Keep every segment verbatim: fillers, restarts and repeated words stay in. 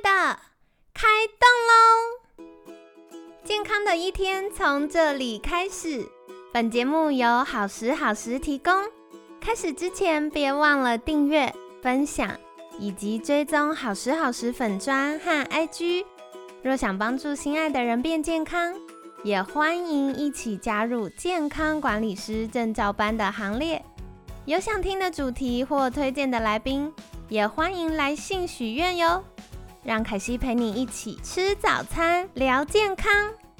的，开动咯！健康的一天从这里开始。本节目由好时好时提供。开始之前别忘了订阅、分享以及追踪好时好时粉专和 I G。 若想帮助心爱的人变健康，也欢迎一起加入健康管理师证照班的行列。有想听的主题或推荐的来宾，也欢迎来信许愿哟。让凯西陪你一起吃早餐，聊健康。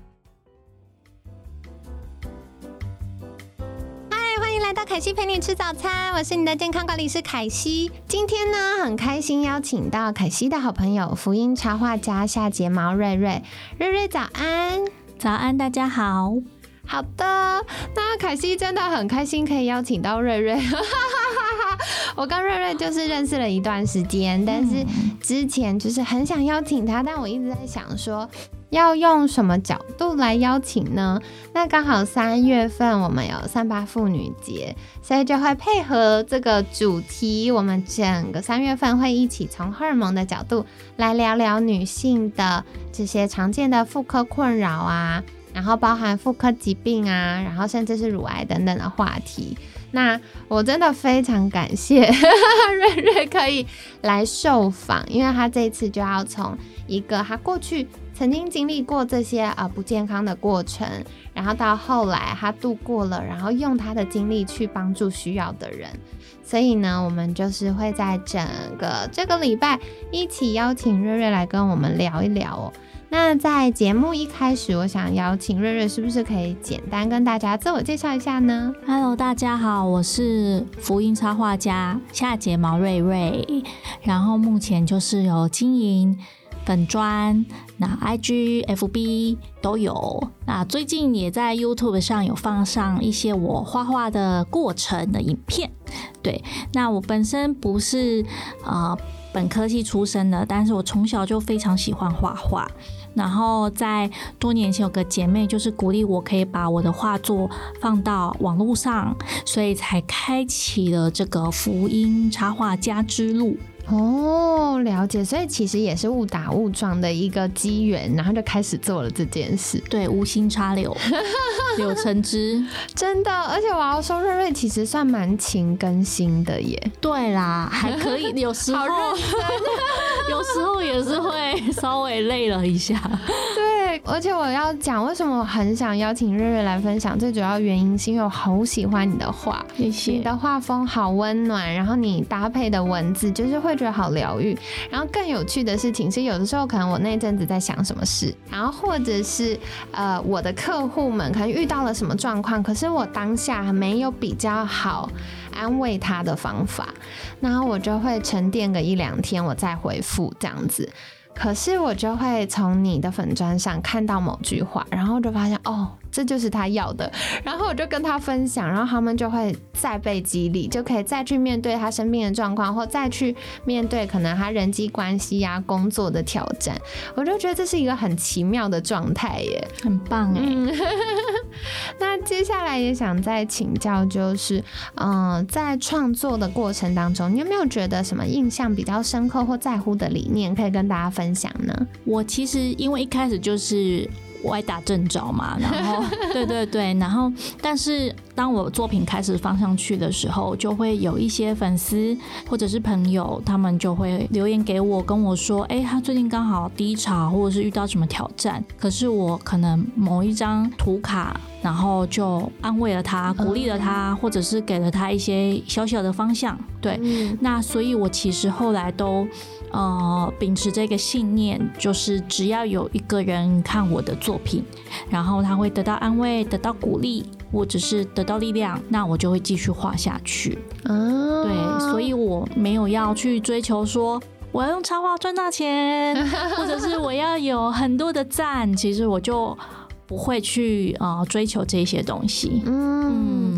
嗨，欢迎来到凯西陪你吃早餐，我是你的健康管理师凯西。今天呢，很开心邀请到凯西的好朋友福音插画家下睫毛瑞瑞。瑞瑞早安。 早安，大家好。 好的，那凯西真的很开心可以邀请到瑞瑞。我跟瑞瑞就是认识了一段时间，但是之前就是很想邀请他，但我一直在想说要用什么角度来邀请呢？那刚好三月份我们有三八妇女节，所以就会配合这个主题，我们整个三月份会一起从荷尔蒙的角度来聊聊女性的这些常见的妇科困扰啊，然后包含妇科疾病啊，然后甚至是乳癌等等的话题。那我真的非常感谢瑞瑞可以来受访，因为他这一次就要从一个他过去曾经经历过这些呃不健康的过程，然后到后来他度过了，然后用他的经历去帮助需要的人。所以呢，我们就是会在整个这个礼拜一起邀请瑞瑞来跟我们聊一聊哦。那在节目一开始，我想邀请瑞瑞，是不是可以简单跟大家自我介绍一下呢？ Hello， 大家好，我是福音插画家下睫毛瑞瑞，然后目前就是有经营粉专，那 I G、F B 都有，那最近也在 YouTube 上有放上一些我画画的过程的影片。对，那我本身不是呃本科系出身的，但是我从小就非常喜欢画画。然后在多年前有个姐妹就是鼓励我可以把我的画作放到网络上，所以才开启了这个福音插画家之路。 哦，了解，所以其实也是误打误撞的一个机缘，然后就开始做了这件事。 对，无心插柳，柳成枝。 真的，而且我要说，瑞瑞其实算蛮勤更新的耶。 对啦，还可以，有时候有时候也是会稍微累了一下。 对，而且我要讲为什么我很想邀请瑞瑞来分享，最主要原因是因为我好喜欢你的画， 谢谢。 你的画风好温暖，然后你搭配的文字就是会觉得好疗愈。然后更有趣的事情是，有的时候可能我那阵子在想什么事，然后或者是呃我的客户们可能遇到了什么状况，可是我当下没有比较好安慰他的方法，然后我就会沉淀个一两天，我再回复这样子。可是我就会从你的粉专上看到某句话，然后就发现哦，这就是他要的，然后我就跟他分享，然后他们就会再被激励，就可以再去面对他生病的状况，或再去面对可能他人际关系啊、工作的挑战。我就觉得这是一个很奇妙的状态耶， 很棒耶、嗯、 那接下来也想再请教，就是嗯、呃，在创作的过程当中，你有没有觉得什么印象比较深刻或在乎的理念可以跟大家分享呢？ 我其实因为一开始就是歪打正着嘛，然后对对对，然后但是当我作品开始放上去的时候，就会有一些粉丝或者是朋友，他们就会留言给我，跟我说，哎，他最近刚好低潮，或者是遇到什么挑战，可是我可能某一张图卡，然后就安慰了他，鼓励了他，或者是给了他一些小小的方向。对，嗯、那所以我其实后来都呃，秉持这个信念，就是只要有一个人看我的作品，然后他会得到安慰，得到鼓励，或者是得到力量，那我就会继续画下去。哦、对，所以我没有要去追求说我要用插画赚大钱，或者是我要有很多的赞，其实我就不会去、呃、追求这些东西。嗯，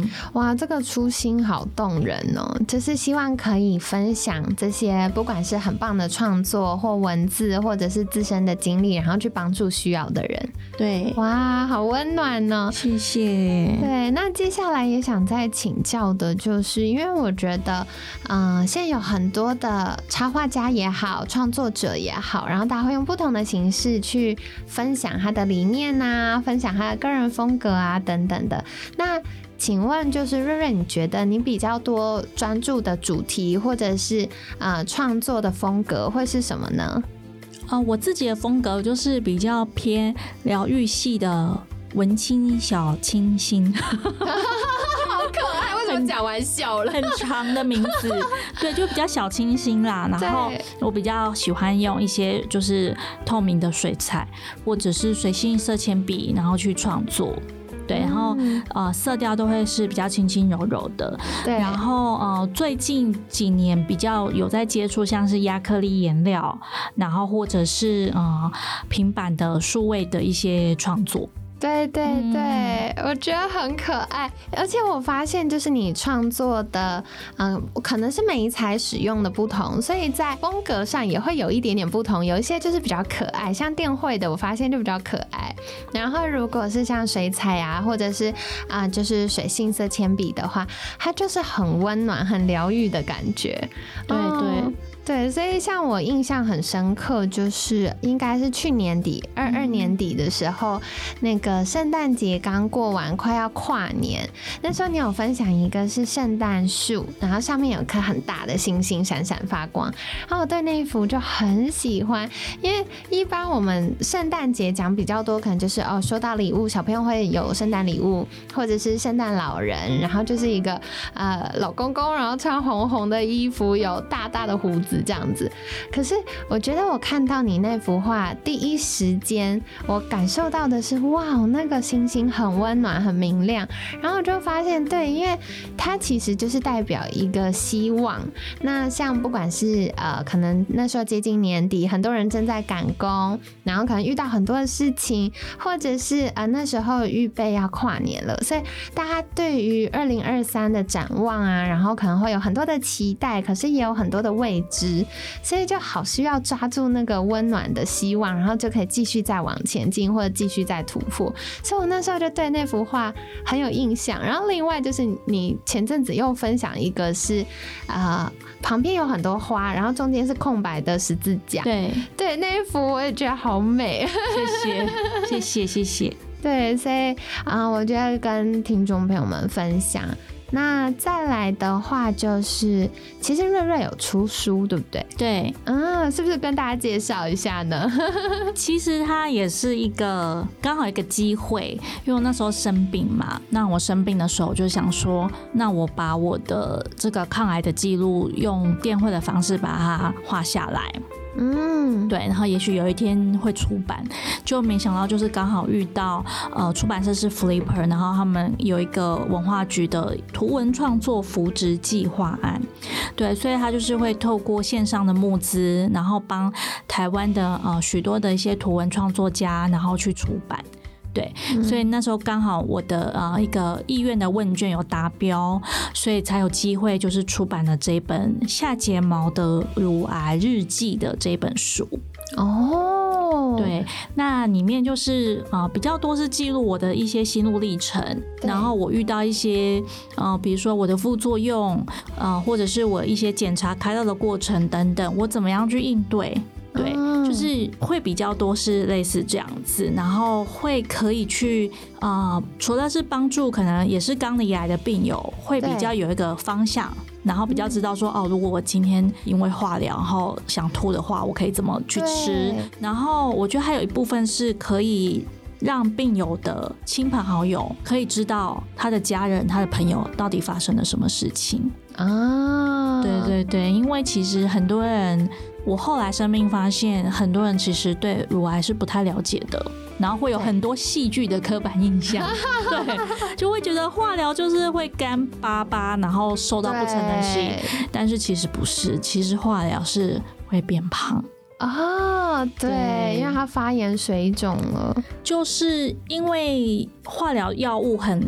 哇，这个初心好动人哦！就是希望可以分享这些，不管是很棒的创作或文字，或者是自身的经历，然后去帮助需要的人。 对， 哇，好温暖哦！ 谢谢。 对，那接下来也想再请教的就是，因为我觉得，嗯、呃，现在有很多的插画家也好，创作者也好，然后大家会用不同的形式去分享他的理念啊，分享他的个人风格啊等等的。那请问，就是瑞瑞，你觉得你比较多专注的主题，或者是呃创作的风格会是什么呢？ 呃，我自己的风格就是比较偏疗愈系的文青小清新。 好可爱，为什么讲完笑了？ 很长的名字，对，就比较小清新啦。然后我比较喜欢用一些就是透明的水彩，或者是水性色铅笔，然后去创作。对，然后、嗯、呃色调都会是比较轻轻柔柔的。 对， 然后呃最近几年比较有在接触像是亚克力颜料，然后或者是呃平板的数位的一些创作。 对对对、嗯，我觉得很可爱，而且我发现就是你创作的，嗯、呃，可能是媒材使用的不同，所以在风格上也会有一点点不同。有一些就是比较可爱，像电绘的，我发现就比较可爱。然后如果是像水彩啊，或者是啊、呃，就是水性色铅笔的话，它就是很温暖、很疗愈的感觉。 对对。 哦对，所以像我印象很深刻，就是应该是去年底二二年底的时候，那个圣诞节刚过完，快要跨年，那时候你有分享一个是圣诞树，然后上面有颗很大的星星闪闪发光，然后我对那一幅就很喜欢，因为一般我们圣诞节讲比较多，可能就是哦收到礼物，小朋友会有圣诞礼物，或者是圣诞老人，然后就是一个呃老公公，然后穿红红的衣服，有大大的胡子。这样子，可是我觉得我看到你那幅画，第一时间我感受到的是，哇，那个星星很温暖、很明亮，然后我就发现，对，因为它其实就是代表一个希望。那像不管是呃，可能那时候接近年底，很多人正在赶工，然后可能遇到很多的事情，或者是呃那时候预备要跨年了，所以大家对于二零二三的展望啊，然后可能会有很多的期待，可是也有很多的未知。所以就好需要抓住那个温暖的希望，然后就可以继续再往前进，或者继续再突破。所以我那时候就对那幅画很有印象。然后另外就是你前阵子又分享一个是，呃，旁边有很多花，然后中间是空白的十字架。 对对，那一幅我也觉得好美。 谢谢谢谢谢谢。 对，所以啊、呃，我觉得跟听众朋友们分享。那再来的话就是，其实瑞瑞有出书，对不对？ 对， 嗯，是不是跟大家介绍一下呢？ 其实它也是一个刚好一个机会，因为我那时候生病嘛，那我生病的时候我就想说，那我把我的这个抗癌的记录用电绘的方式把它画下来。嗯，对，然后也许有一天会出版，就没想到就是刚好遇到呃出版社是 Flipper， 然后他们有一个文化局的图文创作扶植计划案，对，所以他就是会透过线上的募资，然后帮台湾的呃许多的一些图文创作家，然后去出版。对，所以那时候刚好我的呃一个意愿的问卷有达标，所以才有机会就是出版了这本下睫毛的乳癌日记的这本书。哦，对，那里面就是呃比较多是记录我的一些心路历程，然后我遇到一些呃比如说我的副作用，呃或者是我一些检查开刀的过程等等，我怎么样去应对。对，就是会比较多是类似这样子，然后会可以去呃，除了是帮助可能也是刚离癌的病友，会比较有一个方向，然后比较知道说哦，如果我今天因为化疗然后想吐的话，我可以怎么去吃。然后我觉得还有一部分是可以让病友的亲朋好友可以知道他的家人、他的朋友到底发生了什么事情啊。对对对，因为其实很多人。我后来生病发现，很多人其实对乳癌是不太了解的，然后会有很多戏剧的刻板印象，对，就会觉得化疗就是会干巴巴，然后瘦到不成人形，但是其实不是，其实化疗是会变胖。 哦，对，对，因为它发炎水肿了， 就是因为化疗药物很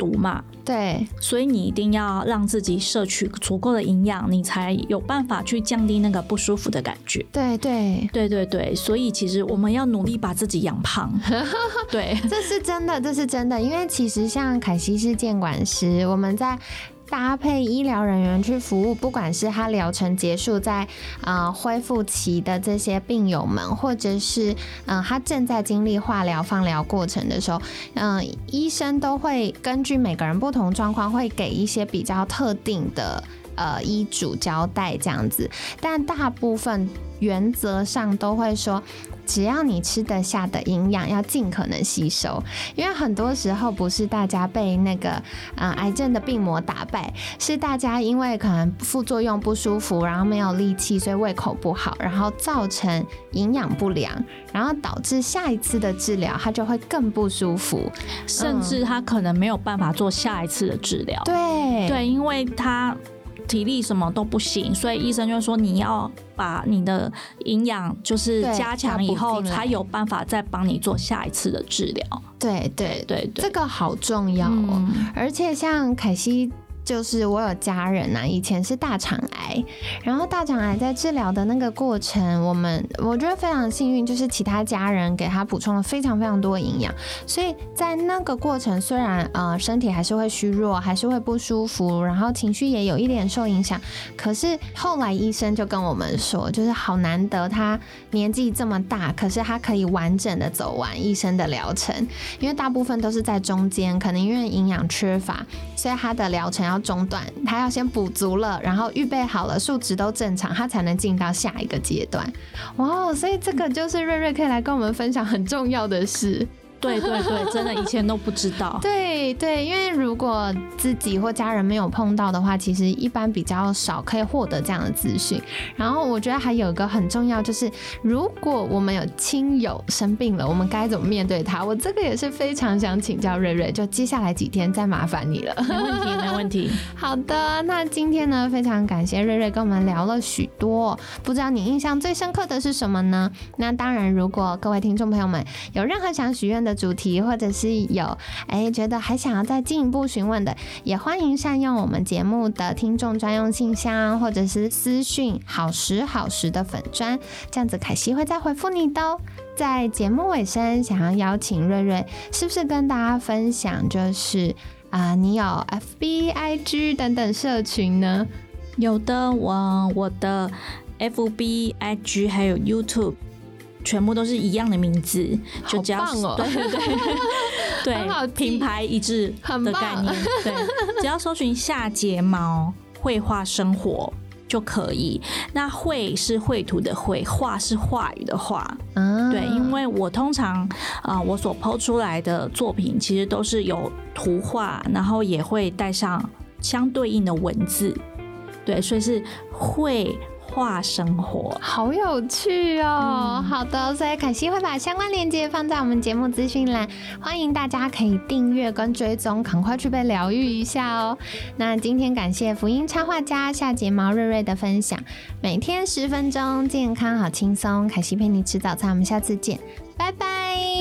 毒嘛， 对， 所以你一定要让自己摄取足够的营养，你才有办法去降低那个不舒服的感觉。 对对对对对，所以其实我们要努力把自己养胖。对， 这是真的，这是真的，因为其实像凯西是监管师，我们在搭配医疗人员去服务，不管是他疗程结束在呃恢复期的这些病友们，或者是嗯、呃、他正在经历化疗、放疗过程的时候，嗯、呃，医生都会根据每个人不同状况，会给一些比较特定的呃医嘱交代这样子，但大部分原则上都会说，只要你吃得下的营养，要尽可能吸收。因为很多时候不是大家被那个呃癌症的病魔打败，是大家因为可能副作用不舒服，然后没有力气，所以胃口不好，然后造成营养不良，然后导致下一次的治疗它就会更不舒服， 甚至他可能没有办法做下一次的治疗。 对对，因为他体力什么都不行，所以医生就说你要把你的营养就是加强以后，才有办法再帮你做下一次的治疗。 对对对对， 这个好重要哦。嗯、而且像凯西，就是我有家人啊，以前是大肠癌，然后大肠癌在治疗的那个过程，我们我觉得非常幸运，就是其他家人给他补充了非常非常多的营养，所以在那个过程虽然呃身体还是会虚弱，还是会不舒服，然后情绪也有一点受影响，可是后来医生就跟我们说，就是好难得他年纪这么大，可是他可以完整的走完医生的疗程，因为大部分都是在中间，可能因为营养缺乏，所以他的疗程要中断，他要先补足了，然后预备好了，数值都正常，他才能进到下一个阶段。哇，所以这个就是瑞瑞可以来跟我们分享很重要的事。 对对对，真的以前都不知道。 对对，因为如果自己或家人没有碰到的话，其实一般比较少可以获得这样的资讯。然后我觉得还有一个很重要，就是如果我们有亲友生病了，我们该怎么面对他？我这个也是非常想请教瑞瑞，就接下来几天再麻烦你了。 没问题，没问题。 好的，那今天呢，非常感谢瑞瑞跟我们聊了许多，不知道你印象最深刻的是什么呢？那当然，如果各位听众朋友们有任何想许愿的主题，或者是有哎觉得还想要再进一步询问的，也欢迎善用我们节目的听众专用信箱，或者是私讯好时好时的粉专，这样子凯西会再回复你的哦。在节目尾声，想要邀请瑞瑞，是不是跟大家分享，就是啊、呃，你有 F B I G 等等社群呢？ 有的，我我的 F B I G 还有 YouTube。全部都是一样的名字，就只要好棒哦！ 对对对对，品牌一致的概念，对，只要搜寻下睫毛绘画生活就可以。那绘是绘图的绘，画是话语的话，啊、对，因为我通常啊、呃，我所 po 出来的作品其实都是有图画，然后也会带上相对应的文字，对，所以是绘。画生活好有趣哦、嗯、好的，所以凯西会把相关链接放在我们节目资讯栏，欢迎大家可以订阅跟追踪，赶快去被疗愈一下哦。那今天感谢福音插画家下睫毛瑞瑞的分享，每天十分钟，健康好轻松，凯西陪你吃早餐，我们下次见，拜拜。